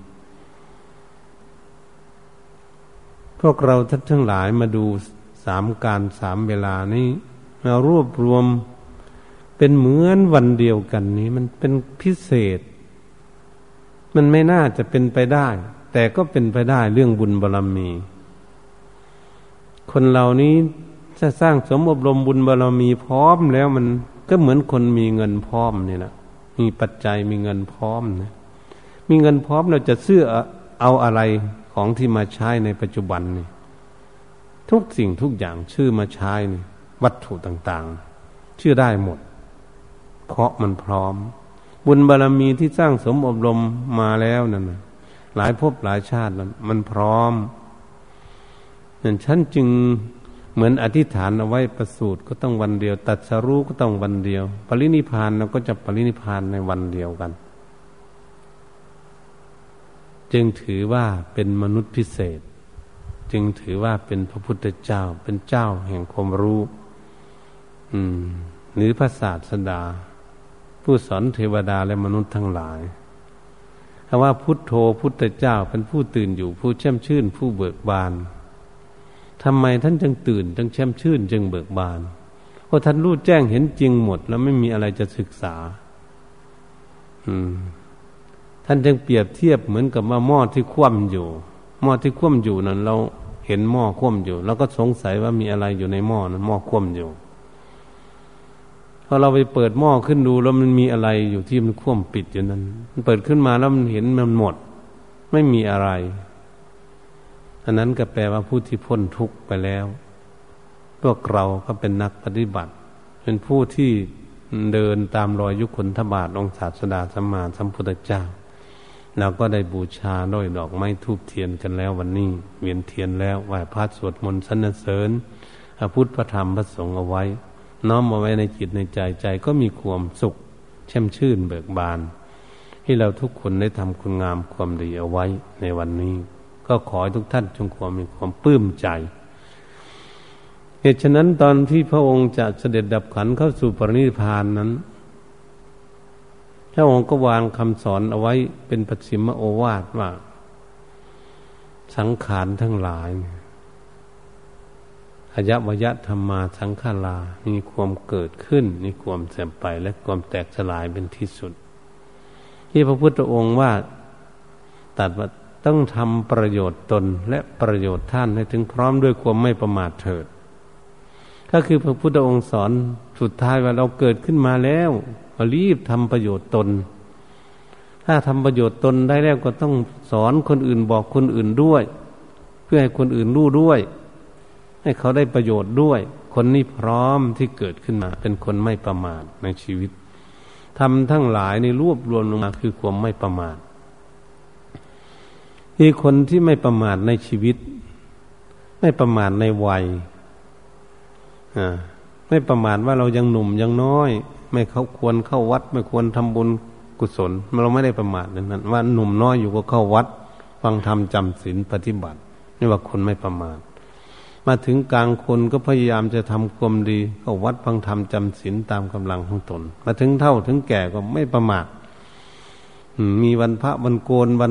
พวกเราท่านทั้งหลายมาดูสามการสามเวลานี้มารวบรวมเป็นเหมือนวันเดียวกันนี้มันเป็นพิเศษมันไม่น่าจะเป็นไปได้แต่ก็เป็นไปได้เรื่องบุญบารมีคนเหล่านี้จะสร้างสมอบรมบุญบารมีพร้อมแล้วมันก็เหมือนคนมีเงินพร้อมนี่แหละมีปัจจัยมีเงินพร้อมนะมีเงินพร้อมเราจะซื้อเอาอะไรของที่มาใช้ในปัจจุบันนี่ทุกสิ่งทุกอย่างชื่อมาใช้นี่วัตถุต่างๆชื่อได้หมดเพราะมันพร้อมบุญบารมีที่สร้างสมอบรมมาแล้วนั่นนะหลายภพหลายชาติแล้วมันพร้อมนั่นฉันจึงเหมือนอธิษฐานเอาไว้ประสูติก็ต้องวันเดียวตรัสรู้ก็ต้องวันเดียวปรินิพพานเราก็จะปรินิพพานในวันเดียวกันจึงถือว่าเป็นมนุษย์พิเศษจึงถือว่าเป็นพระพุทธเจ้าเป็นเจ้าแห่งความรู้อืมหรือพระศาสดาผู้สอนเทวดาและมนุษย์ทั้งหลายคำว่าพุทโธพุทธเจ้าเป็นผู้ตื่นอยู่ผู้แช่มชื่นผู้เบิกบานทำไมท่านจึงตื่นจึงแช่มชื่นจึงเบิกบานเพราะท่านรู้แจ้งเห็นจริงหมดแล้วไม่มีอะไรจะศึกษาอืมท่านจึงเปรียบเทียบเหมือนกับว่าหม้อที่คว่ำอยู่หม้อที่คว่ำอยู่นั้นเราเห็นหม้อคว่ำอยู่แล้วก็สงสัยว่ามีอะไรอยู่ในหม้อนั้นหม้อคว่ำอยู่พอเราไปเปิดหม้อขึ้นดูแล้วมันมีอะไรอยู่ที่มันคว่ำปิดอยู่นั้นมันเปิดขึ้นมาแล้วมันเห็นมันหมดไม่มีอะไรอันนั้นก็แปลว่าผู้ที่พ้นทุกข์ไปแล้วพวกเราก็เป็นนักปฏิบัติเป็นผู้ที่เดินตามรอยยุคลธบาทองค์ศาสดาสัมมาสัมพุทธเจ้าเราก็ได้บูชาด้วยดอกไม้ธูปเทียนกันแล้ววันนี้เวียนเทียนแล้วไหว้พระสวดมนต์สรรเสริญพระพุทธพระธรรมพระสงฆ์เอาไว้น้อมเอาไว้ในจิตในใจใจก็มีความสุขแช่มชื่นเบิกบานให้เราทุกคนได้ทำคุณงามความดีเอาไว้ในวันนี้ก็ขอให้ทุกท่านจงความมีความปลื้มใจเหตุฉะนั้นตอนที่พระองค์จะเสด็จดับขันธ์เข้าสู่ปรินิพพานนั้นพระองค์ก็วางคำสอนเอาไว้เป็นปัจฉิมโอวาทว่าสังขารทั้งหลายอายะวยะธรรมาสังขารามีความเกิดขึ้นมีความเสื่อมไปและความแตกสลายเป็นที่สุดที่พระพุทธองค์ว่าตรัสว่าต้องทำประโยชน์ตนและประโยชน์ท่านให้ถึงพร้อมด้วยความไม่ประมาทเถิดก็คือพระพุทธองค์สอนสุดท้ายว่าเราเกิดขึ้นมาแล้วก็รีบทำประโยชน์ตนถ้าทำประโยชน์ตนได้แล้วก็ต้องสอนคนอื่นบอกคนอื่นด้วยเพื่อให้คนอื่นรู้ด้วยให้เขาได้ประโยชน์ด้วยคนนี้พร้อมที่เกิดขึ้นมาเป็นคนไม่ประมาทในชีวิตทำทั้งหลายในรวบรวมลงมาคือความไม่ประมาทที่คนที่ไม่ประมาทในชีวิตไม่ประมาทในวัยอ่าไม่ประมาทว่าเรายังหนุ่มยังน้อยไม่เขาควรเข้าวัดไม่ควรทำบุญกุศลเราไม่ได้ประมาทนั้นว่าหนุ่มน้อยอยู่ก็เข้าวัดฟังธรรมจำศีลปฏิบัตินี่ว่าคนไม่ประมาทมาถึงกลางคนก็พยายามจะทำความดีเข้าวัดฟังธรรมจำศีลตามกำลังของตนมาถึงเฒ่าถึงแก่ก็ไม่ประมาทมีวันพระวันโกนวัน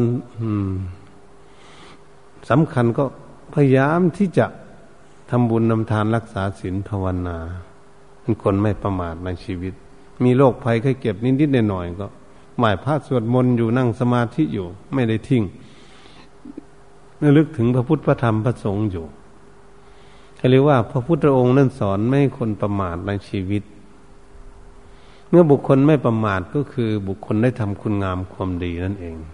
สำคัญก็พยายามที่จะทำบุญนำทานรักษาศีลภาวนาเป็นคนไม่ประมาทในชีวิตมีโรคภัยไข้เจ็บนิดๆหน่อยๆก็ไหว้พระสวดมนต์อยู่นั่งสมาธิอยู่ไม่ได้ทิ้งระลึกถึงพระพุทธพระธรรมพระสงฆ์อยู่เขาเรียกว่าพระพุทธองค์นั้นสอนไม่ให้คนประมาทในชีวิตเมื่อบุคคลไม่ประมาทก็คือบุคคลได้ทำคุณงามความดีนั่นเอง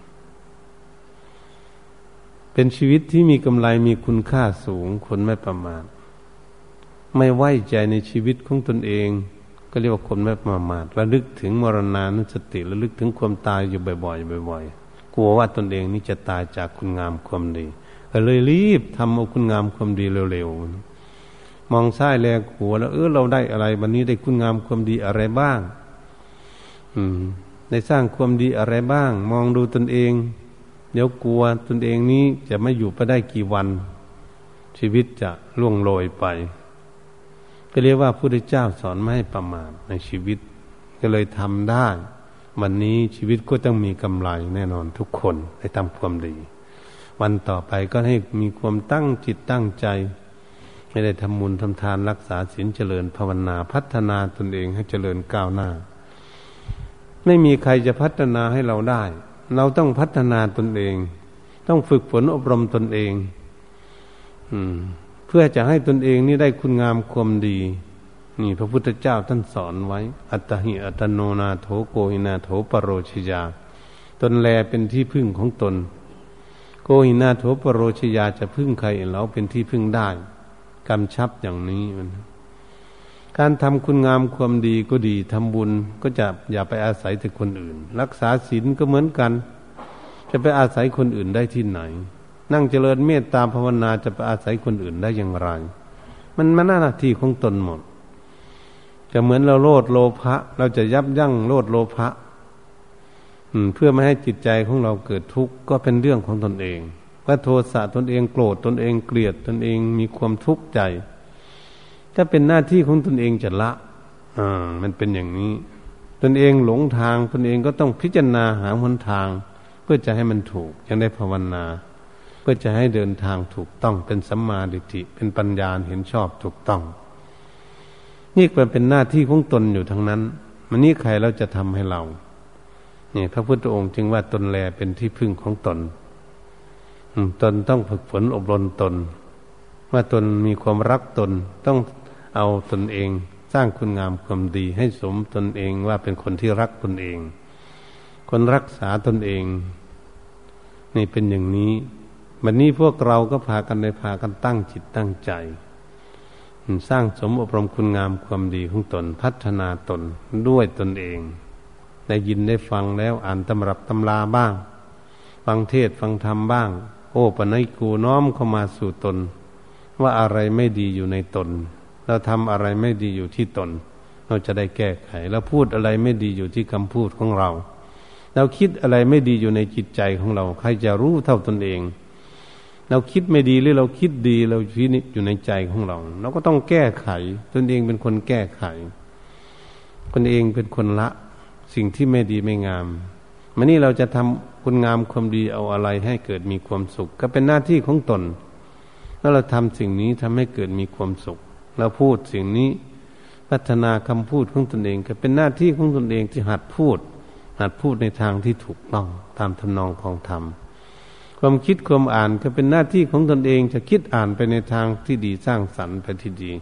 เป็นชีวิตที่มีกำไรมีคุณค่าสูงคนไม่ประมาทไม่ไว้ใจในชีวิตของตนเองก็เรียกว่าคนไม่ประมาทระลึกถึงมรณานุสติระลึกถึงความตายอยู่บ่อยๆบ่อยๆกลัวว่าตนเองนี่จะตายจากคุณงามความดีก็เลยรีบทำเอาคุณงามความดีเร็วๆมองซ้ายแลขวาแล้วเออเราได้อะไรวันนี้ได้คุณงามความดีอะไรบ้างอืมได้สร้างความดีอะไรบ้างมองดูตนเองเดี๋ยวกลัวตนเองนี้จะไม่อยู่ไปได้กี่วันชีวิตจะล่วงโรยไปก็เรียกว่าพระพุทธเจ้าสอนไม่ให้ประมาทในชีวิตก็เลยทำได้วันนี้ชีวิตก็ต้องมีกำไรแน่นอนทุกคนได้ทำความดีวันต่อไปก็ให้มีความตั้งจิตตั้งใจให้ได้ทำบุญทำทานรักษาศีลเจริญภาวนาพัฒนาตนเองให้เจริญก้าวหน้าไม่มีใครจะพัฒนาให้เราได้เราต้องพัฒนาตนเองต้องฝึกฝนอบรมตนเองอืมเพื่อจะให้ตนเองนี่ได้คุณงามความดีนี่พระพุทธเจ้าท่านสอนไว้อัตตหิอัตโนนาโถโกหินาโถปโรชยาตนแลเป็นที่พึ่งของตนโกหินาโถปโรชยาจะพึ่งใครเราเป็นที่พึ่งได้กำชับอย่างนี้มันการทำคุณงามความดีก็ดีทำบุญก็จะอย่าไปอาศัยแต่คนอื่นรักษาศีลก็เหมือนกันจะไปอาศัยคนอื่นได้ที่ไหนนั่งเจริญเมตตาภาวนาจะไปอาศัยคนอื่นได้อย่างไรมันมันหน้าที่ของตนหมดจะเหมือนเราโลดโลภะเราจะยับยั้งโลดโลภะเพื่อไม่ให้จิตใจของเราเกิดทุกข์ก็เป็นเรื่องของตนเองว่าโทสะตนเองโกรธตนเองเกลียดตนเองมีความทุกข์ใจถ้าเป็นหน้าที่ของตนเองจะละอ่ามันเป็นอย่างนี้ตนเองหลงทางตนเองก็ต้องพิจารณาหาหนทางเพื่อจะให้มันถูกยังได้ภาวนาเพื่อจะให้เดินทางถูกต้องเป็นสัมมาทิฏฐิเป็นปัญญาเห็นชอบถูกต้องนี่มันเป็นหน้าที่ของตนอยู่ทั้งนั้นมันนี่ใครเราจะทำให้เราเนี่ยพระพุทธองค์จึงว่าตนแลเป็นที่พึ่งของตนตนต้องฝึกฝนอบรมตนว่าตนมีความรักตนต้องเอาตนเองสร้างคุณงามความดีให้สมตนเองว่าเป็นคนที่รักตนเองคนรักษาตนเองนี่เป็นอย่างนี้วันนี้พวกเราก็พากันได้พากันตั้งจิตตั้งใจสร้างสมอบรมคุณงามความดีของตนพัฒนาตนด้วยตนเองได้ยินได้ฟังแล้วอ่านตำรับตำราบ้างฟังเทศฟังธรรมบ้างโอ้ปนัยกูน้อมเข้ามาสู่ตนว่าอะไรไม่ดีอยู่ในตนเราทำอะไรไม่ดีอยู่ที่ตนเราจะได้แก้ไขแล้วพูดอะไรไม่ดีอยู่ที่คำพูดของเราเราคิดอะไรไม่ดีอยู่ในจิตใจของเราใครจะรู้เท่าตนเองเราคิดไม่ดีหรือเราคิดดีเราชีวิตอยู่ในใจของเราเราก็ต้องแก้ไขตนเองเป็นคนแก้ไขตนเองเป็นคนละสิ่งที่ไม่ดีไม่งามมันนี่เราจะทำคุณงามความดีเอาอะไรให้เกิดมีความสุขก็เป็นหน้าที่ของตนแล้วเราทำสิ่งนี้ทำให้เกิดมีความสุขเราพูดสิ่งนี้พัฒนาคำพูดของตนเองก็เป็นหน้าที่ของตนเองที่หัดพูดหัดพูดในทางที่ถูกต้องตามทำนองของธรรมความคิดความอ่านก็เป็นหน้าที่ของตนเองจะคิดอ่านไปในทางที่ดีสร้างสรรค์ไปที่ดี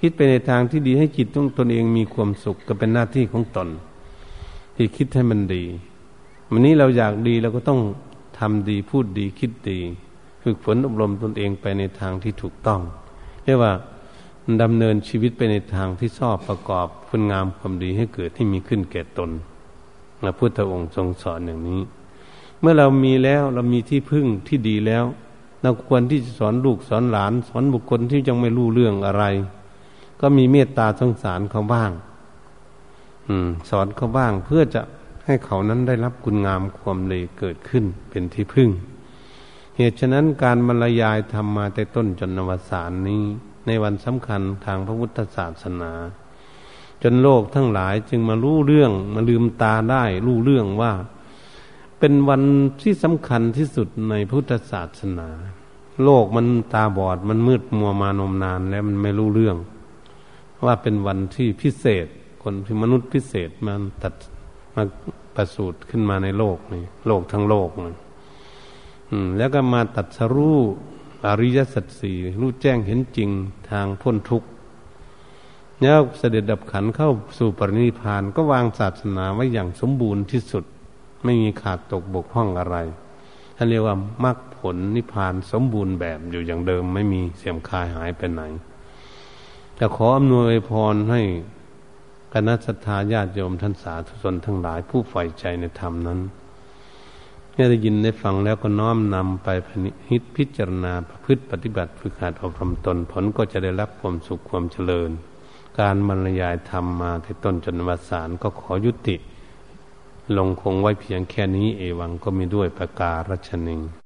คิดไปในทางที่ดีให้จิตของตนเองมีความสุขก็เป็นหน้าที่ของตนที่คิดให้มันดีวันนี้เราอยากดีเราก็ต้องทำดีพูดดีคิดดีฝึกฝนอบรมตนเองไปในทางที่ถูกต้องเรียกว่าดำเนินชีวิตไปในทางที่ชอบประกอบคุณงามความดีให้เกิดที่มีขึ้นแก่ตนพระพุทธองค์ทรงสอนอย่างนี้เมื่อเรามีแล้วเรามีที่พึ่งที่ดีแล้วเราควรที่จะสอนลูกสอนหลานสอนบุคคลที่ยังไม่รู้เรื่องอะไรก็มีเมตตาสงสารเขาบ้างอืมสอนเขาบ้างเพื่อจะให้เขานั้นได้รับคุณงามความดีเกิดขึ้นเป็นที่พึ่งเหตุฉะนั้นการบรรยายธรรมมาแต่ต้นจนอวสานนี้ในวันสำคัญทางพระพุทธศาสนาจนโลกทั้งหลายจึงมารู้เรื่องมาลืมตาได้รู้เรื่องว่าเป็นวันที่สำคัญที่สุดในพุทธศาสนาโลกมันตาบอดมันมืดมัวมานมนานแล้วมันไม่รู้เรื่องว่าเป็นวันที่พิเศษคนที่มนุษย์พิเศษมันตัดมาประสูติขึ้นมาในโลกนี่โลกทั้งโลกนี่อืมแล้วก็มาตัดสรู้อริยสัจสี่รู้แจ้งเห็นจริงทางพ้นทุกข์แล้วเสด็จดับขันธ์เข้าสู่ปรินิพพานก็วางศาสนาไว้อย่างสมบูรณ์ที่สุดไม่มีขาดตกบกพร่องอะไรท่านเรียกว่ามรรคผลนิพพานสมบูรณ์แบบอยู่อย่างเดิมไม่มีเสื่อมคลายหายไปไหนจะขออำนวยพรให้คณะศรัทธาญาติโยมท่านสาธุชนทั้งหลายผู้ใฝ่ใจในธรรมนั้นเมื่อได้ยินได้ฟังแล้วก็น้อมนำไปพิจพิจารณาประพฤติปฏิบัติฝึกหัดอบรมตนผลก็จะได้รับความสุขความเจริญการบรรยายธรรมมาที่ต้นจนอวสานก็ขอยุติลงคงไว้เพียงแค่นี้เอวังก็มีด้วยประการฉะนี้